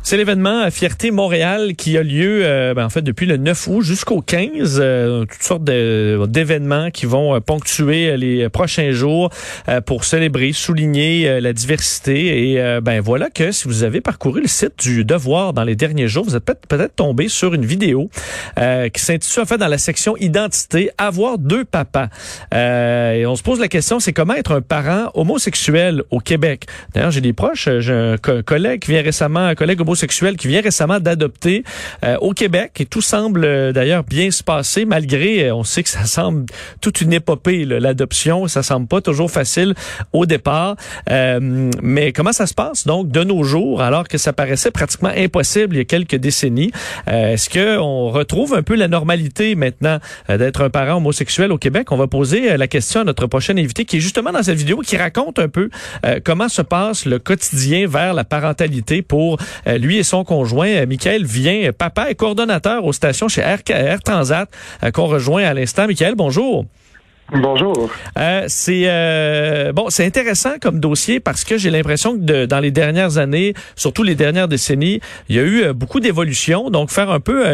C'est l'événement Fierté Montréal qui a lieu en fait depuis le 9 août jusqu'au 15. Toutes sortes d'événements qui vont ponctuer les prochains jours pour célébrer, souligner la diversité. Et voilà que si vous avez parcouru le site du Devoir dans les derniers jours, vous êtes peut-être tombé sur une vidéo qui s'intitule en fait dans la section Identité, avoir deux papas. Et on se pose la question, c'est comment être un parent homosexuel au Québec. D'ailleurs, j'ai des proches, j'ai un collègue qui vient récemment, un collègue homosexuel qui vient récemment d'adopter au Québec et tout semble d'ailleurs bien se passer malgré, on sait que ça semble toute une épopée, là, l'adoption, ça semble pas toujours facile au départ. Mais comment ça se passe donc de nos jours alors que ça paraissait pratiquement impossible il y a quelques décennies? Est-ce que on retrouve un peu la normalité maintenant d'être un parent homosexuel au Québec? On va poser la question à notre prochain invité qui est justement dans cette vidéo qui raconte un peu comment se passe le quotidien vers la parentalité pour lui et son conjoint. Michael Vien, papa et coordonnateur aux stations chez Air Transat, qu'on rejoint à l'instant. Michael, bonjour. Bonjour. C'est intéressant comme dossier parce que j'ai l'impression que dans les dernières années, surtout les dernières décennies, il y a eu beaucoup d'évolutions. Donc faire un peu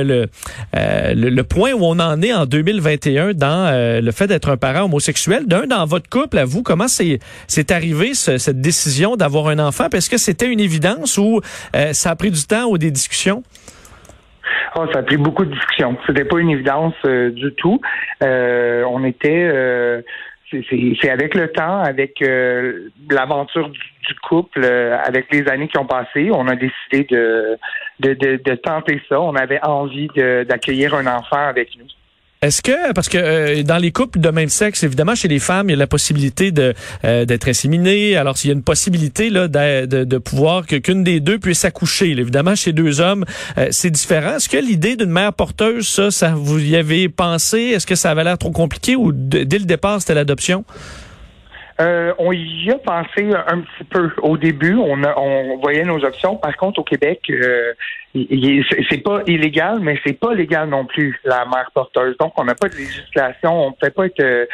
le point où on en est en 2021 dans le fait d'être un parent homosexuel. Dans votre couple, à vous, comment c'est arrivé cette décision d'avoir un enfant? Est-ce que c'était une évidence ou ça a pris du temps ou des discussions? Oh, ça a pris beaucoup de discussions. C'était pas une évidence du tout. On était, c'est avec le temps, avec l'aventure du couple, avec les années qui ont passé, on a décidé de tenter ça. On avait envie d'accueillir un enfant avec nous. Est-ce que, parce que dans les couples de même sexe, évidemment, chez les femmes, il y a la possibilité d'être inséminé. Alors, s'il y a une possibilité là de pouvoir qu'une des deux puisse accoucher. Là, évidemment, chez deux hommes, c'est différent. Est-ce que l'idée d'une mère porteuse, ça vous y avez pensé? Est-ce que ça avait l'air trop compliqué ou dès le départ, c'était l'adoption? On y a pensé un petit peu au début. On voyait nos options. Par contre, au Québec, c'est pas illégal, mais c'est pas légal non plus, la mère porteuse. Donc, on n'a pas de législation. On ne peut pas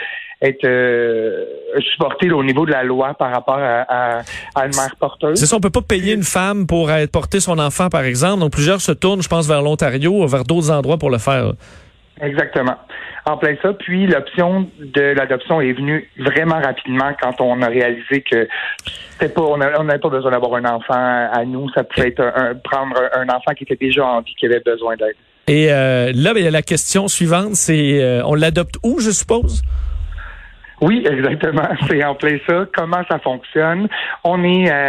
être supporté au niveau de la loi par rapport à une mère porteuse. C'est ça, on peut pas payer une femme pour porter son enfant, par exemple. Donc, plusieurs se tournent, je pense, vers l'Ontario, vers d'autres endroits pour le faire. Exactement. En plein ça. Puis l'option de l'adoption est venue vraiment rapidement quand on a réalisé que c'était pas, on n'avait pas besoin d'avoir un enfant à nous. Ça pouvait être prendre un enfant qui était déjà en vie, qui avait besoin d'aide. Et là, il y a la question suivante, c'est on l'adopte où, je suppose? Oui, exactement. C'est en plein ça. Comment ça fonctionne? On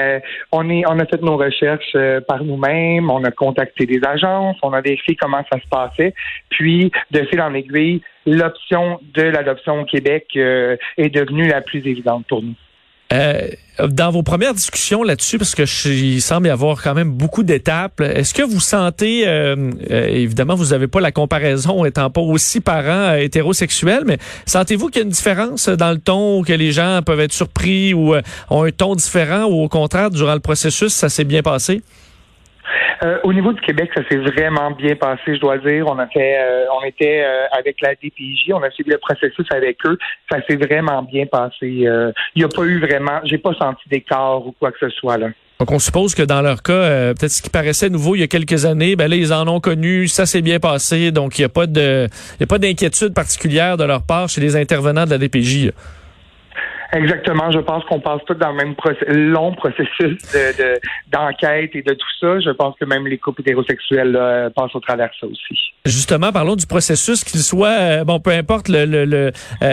a fait nos recherches par nous-mêmes. On a contacté des agences. On a vérifié comment ça se passait. Puis, de fil en aiguille, l'option de l'adoption au Québec est devenue la plus évidente pour nous. Dans vos premières discussions là-dessus, parce que il semble y avoir quand même beaucoup d'étapes, est-ce que vous sentez, évidemment, vous n'avez pas la comparaison étant pas aussi parents hétérosexuels, mais sentez-vous qu'il y a une différence dans le ton, que les gens peuvent être surpris ou ont un ton différent, ou au contraire, durant le processus, ça s'est bien passé? Au niveau du Québec, ça s'est vraiment bien passé, je dois dire. On était avec la DPJ, on a suivi le processus avec eux. Ça s'est vraiment bien passé. Il n'y a pas eu vraiment, j'ai pas senti d'écart ou quoi que ce soit là. Donc, on suppose que dans leur cas, peut-être ce qui paraissait nouveau il y a quelques années, là, ils en ont connu, ça s'est bien passé. Donc, il n'y a pas d'inquiétude particulière de leur part chez les intervenants de la DPJ. Là. Exactement. Je pense qu'on passe tous dans le même long processus d'enquête et de tout ça. Je pense que même les couples hétérosexuels là, passent au travers de ça aussi. Justement, parlons du processus, qu'il soit peu importe que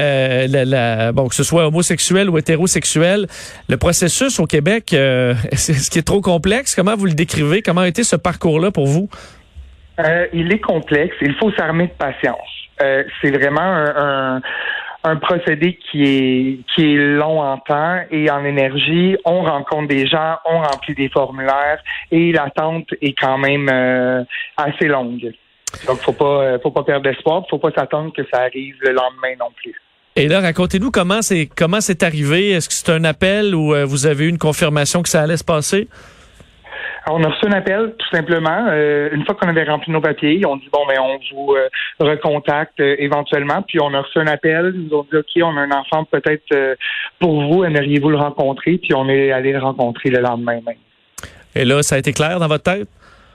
ce soit homosexuel ou hétérosexuel. Le processus au Québec, est-ce qu'il est trop complexe? Comment vous le décrivez? Comment a été ce parcours-là pour vous? Il est complexe. Il faut s'armer de patience. C'est vraiment un procédé qui est long en temps et en énergie. On rencontre des gens, on remplit des formulaires et l'attente est quand même assez longue. Donc, faut pas perdre d'espoir, faut pas s'attendre que ça arrive le lendemain non plus. Et là, racontez-nous comment c'est arrivé. Est-ce que c'est un appel ou vous avez eu une confirmation que ça allait se passer? On a reçu un appel, tout simplement. Une fois qu'on avait rempli nos papiers, on dit, on vous recontacte éventuellement. Puis on a reçu un appel, ils nous ont dit, OK, on a un enfant peut-être pour vous, aimeriez-vous le rencontrer? Puis on est allé le rencontrer le lendemain même. Et là, ça a été clair dans votre tête?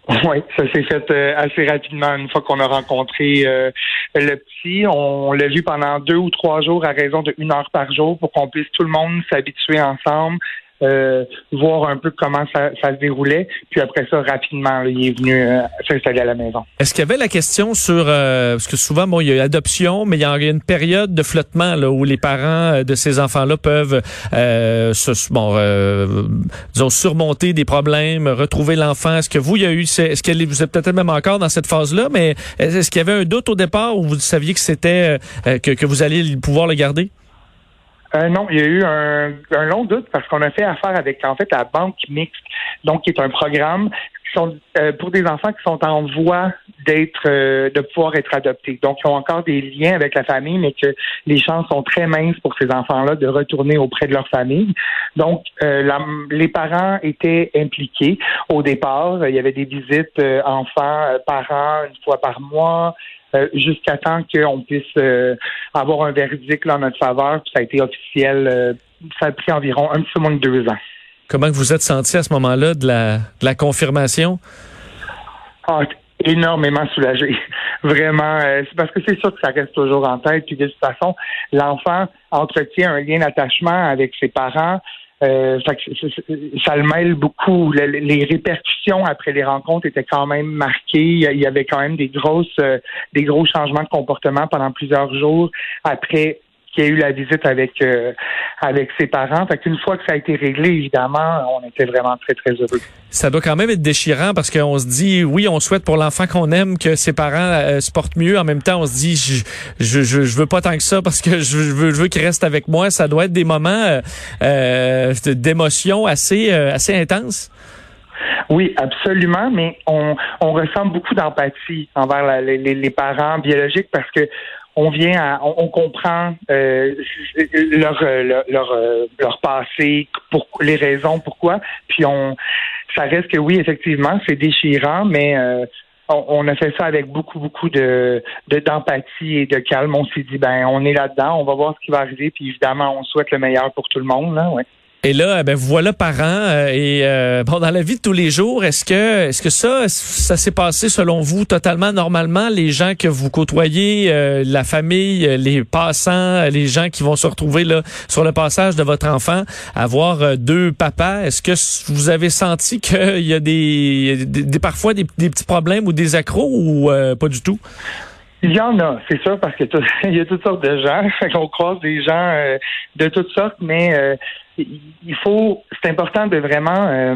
Oui, ça s'est fait assez rapidement une fois qu'on a rencontré le petit. On l'a vu pendant 2 ou 3 jours à raison de 1 heure par jour pour qu'on puisse tout le monde s'habituer ensemble, voir un peu comment ça se déroulait. Puis après ça, rapidement, là, il est venu s'installer à la maison. Est-ce qu'il y avait la question sur parce que souvent, bon, il y a adoption, mais il y a une période de flottement là, où les parents de ces enfants-là peuvent disons, surmonter des problèmes, retrouver l'enfant. Est-ce que vous, il y a eu est-ce que vous êtes peut-être même encore dans cette phase-là, mais est-ce qu'il y avait un doute au départ où vous saviez que c'était que vous alliez pouvoir le garder? Non, il y a eu un long doute parce qu'on a fait affaire avec, en fait, la Banque Mixte, donc qui est un programme qui sont pour des enfants qui sont en voie de pouvoir être adoptés. Donc, ils ont encore des liens avec la famille, mais que les chances sont très minces pour ces enfants-là de retourner auprès de leur famille. Donc, les parents étaient impliqués au départ. Il y avait des visites enfants-parents 1 fois par mois. Jusqu'à temps qu'on puisse avoir un verdict là, en notre faveur. Puis ça a été officiel. Ça a pris environ un petit peu moins de 2 ans. Comment vous êtes senti à ce moment-là de la confirmation? Énormément soulagé. Vraiment. C'est parce que c'est sûr que ça reste toujours en tête. Puis de toute façon, l'enfant entretient un lien d'attachement avec ses parents. Ça le mêle beaucoup. Les répercussions après les rencontres étaient quand même marquées. Il y avait quand même des gros changements de comportement pendant plusieurs jours après qu'il y a eu la visite avec ses parents. Fait qu'une fois que ça a été réglé, évidemment, on était vraiment très, très heureux. Ça doit quand même être déchirant parce qu'on se dit, oui, on souhaite pour l'enfant qu'on aime que ses parents se portent mieux. En même temps, on se dit, je veux pas tant que ça parce que je veux qu'il reste avec moi. Ça doit être des moments d'émotion assez intenses. Oui, absolument, mais on ressent beaucoup d'empathie envers les parents biologiques parce que on comprend leur passé, pour les raisons pourquoi, puis ça reste que oui, effectivement, c'est déchirant, mais on a fait ça avec beaucoup d'empathie et de calme. On s'est dit, on est là-dedans, on va voir ce qui va arriver, puis évidemment, on souhaite le meilleur pour tout le monde, là, ouais. Et là, vous voilà parents dans la vie de tous les jours, est-ce que ça s'est passé selon vous totalement normalement, les gens que vous côtoyez, la famille, les passants, les gens qui vont se retrouver là sur le passage de votre enfant, avoir 2 papas, est-ce que vous avez senti qu'il y a parfois des petits problèmes ou des accros ou pas du tout? Il y en a, c'est sûr, parce que il y a toutes sortes de gens. On croise des gens de toutes sortes, mais c'est important de vraiment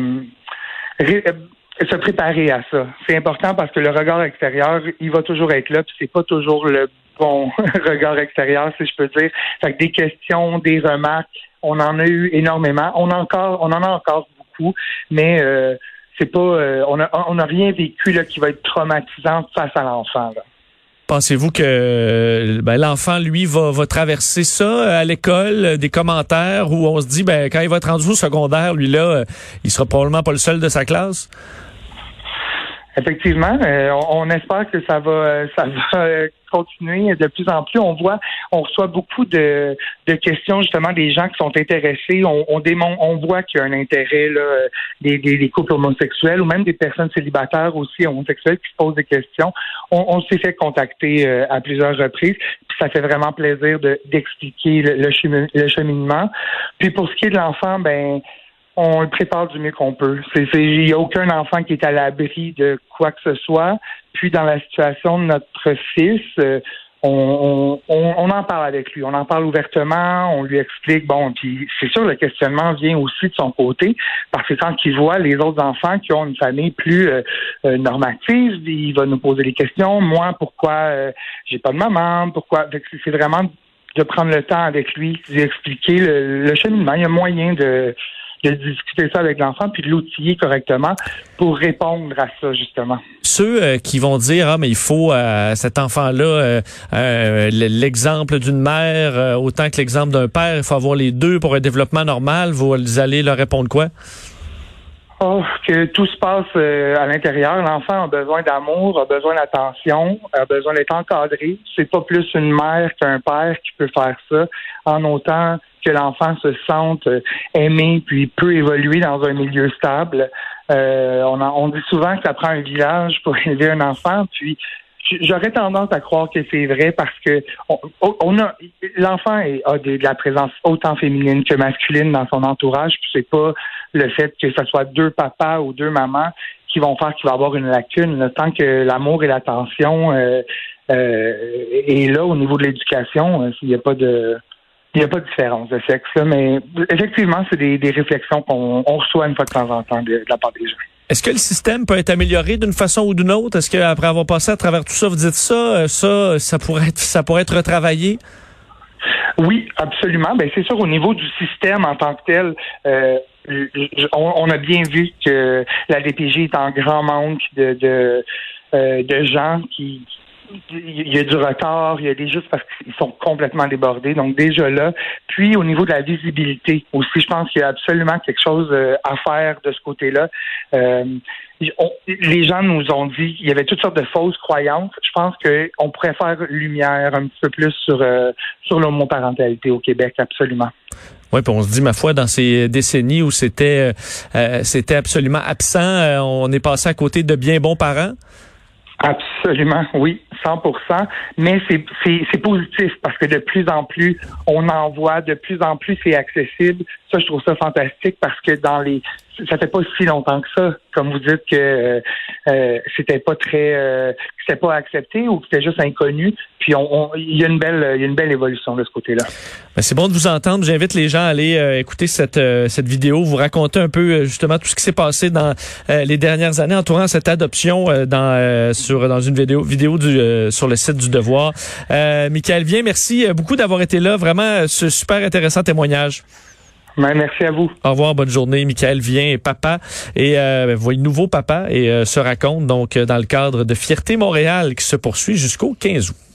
se préparer à ça. C'est important parce que le regard extérieur, il va toujours être là, puis c'est pas toujours le bon regard extérieur, si je peux dire. Fait que des questions, des remarques, on en a eu énormément. On en a encore beaucoup, mais c'est pas, on a rien vécu là qui va être traumatisant face à l'enfant, là. Pensez-vous que l'enfant, lui, va traverser ça à l'école, des commentaires où on se dit, quand il va être rendu au secondaire, lui, là, il sera probablement pas le seul de sa classe? Effectivement, on espère que ça va continuer de plus en plus. On reçoit beaucoup de questions justement des gens qui sont intéressés. On voit qu'il y a un intérêt là, des couples homosexuels ou même des personnes célibataires aussi homosexuelles qui se posent des questions. On s'est fait contacter à plusieurs reprises. Puis ça fait vraiment plaisir d'expliquer le cheminement. Puis pour ce qui est de l'enfant, on le prépare du mieux qu'on peut. Il n'y a aucun enfant qui est à l'abri de quoi que ce soit. Puis dans la situation de notre fils, on en parle avec lui. On en parle ouvertement, on lui explique. Puis c'est sûr, le questionnement vient aussi de son côté, parce que quand il voit les autres enfants qui ont une famille plus normative, il va nous poser des questions. Moi, pourquoi j'ai pas de maman? Pourquoi? C'est vraiment de prendre le temps avec lui, d'expliquer le cheminement. Il y a moyen de discuter ça avec l'enfant puis de l'outiller correctement pour répondre à ça, justement. Ceux qui vont dire, mais il faut cet enfant-là l'exemple d'une mère autant que l'exemple d'un père, il faut avoir les 2 pour un développement normal, vous allez leur répondre quoi? Que tout se passe à l'intérieur. L'enfant a besoin d'amour, a besoin d'attention, a besoin d'être encadré. C'est pas plus une mère qu'un père qui peut faire ça, en autant que l'enfant se sente aimé puis peut évoluer dans un milieu stable. On dit souvent que ça prend un village pour élever un enfant, puis j'aurais tendance à croire que c'est vrai parce que l'enfant a de la présence autant féminine que masculine dans son entourage, puis c'est pas le fait que ce soit 2 papas ou 2 mamans qui vont faire qu'il va avoir une lacune. Là, tant que l'amour et l'attention est là au niveau de l'éducation, il n'y a pas de différence de sexe, là, mais effectivement, c'est des réflexions qu'on reçoit une fois de temps en temps de la part des gens. Est-ce que le système peut être amélioré d'une façon ou d'une autre? Est-ce qu'après avoir passé à travers tout ça, vous dites ça pourrait être retravaillé? Oui, absolument. Ben c'est sûr, au niveau du système en tant que tel, on a bien vu que la DPJ est en grand manque de gens qui... Il y a du retard, il y a des juste parce qu'ils sont complètement débordés. Donc déjà là, puis au niveau de la visibilité aussi, je pense qu'il y a absolument quelque chose à faire de ce côté-là. Les gens nous ont dit qu'il y avait toutes sortes de fausses croyances. Je pense qu'on pourrait faire lumière un petit peu plus sur l'homoparentalité au Québec, absolument. Oui, puis on se dit, ma foi, dans ces décennies où c'était absolument absent, on est passé à côté de bien bons parents. Absolument, oui, 100%. Mais c'est positif parce que de plus en plus, on en voit, de plus en plus c'est accessible. Ça, je trouve ça fantastique parce que ça fait pas si longtemps que ça, comme vous dites que c'était pas accepté ou que c'était juste inconnu. Puis il y a une belle évolution de ce côté-là. Ben, c'est bon de vous entendre. J'invite les gens à aller écouter cette vidéo, vous raconter un peu justement tout ce qui s'est passé dans les dernières années entourant cette adoption dans une vidéo sur le site du Devoir. Michaël Vien, merci beaucoup d'avoir été là. Vraiment, ce super intéressant témoignage. Ben, merci à vous. Au revoir, bonne journée. Michaël Vien est papa et nouveau papa et se raconte donc dans le cadre de Fierté Montréal qui se poursuit jusqu'au 15 août.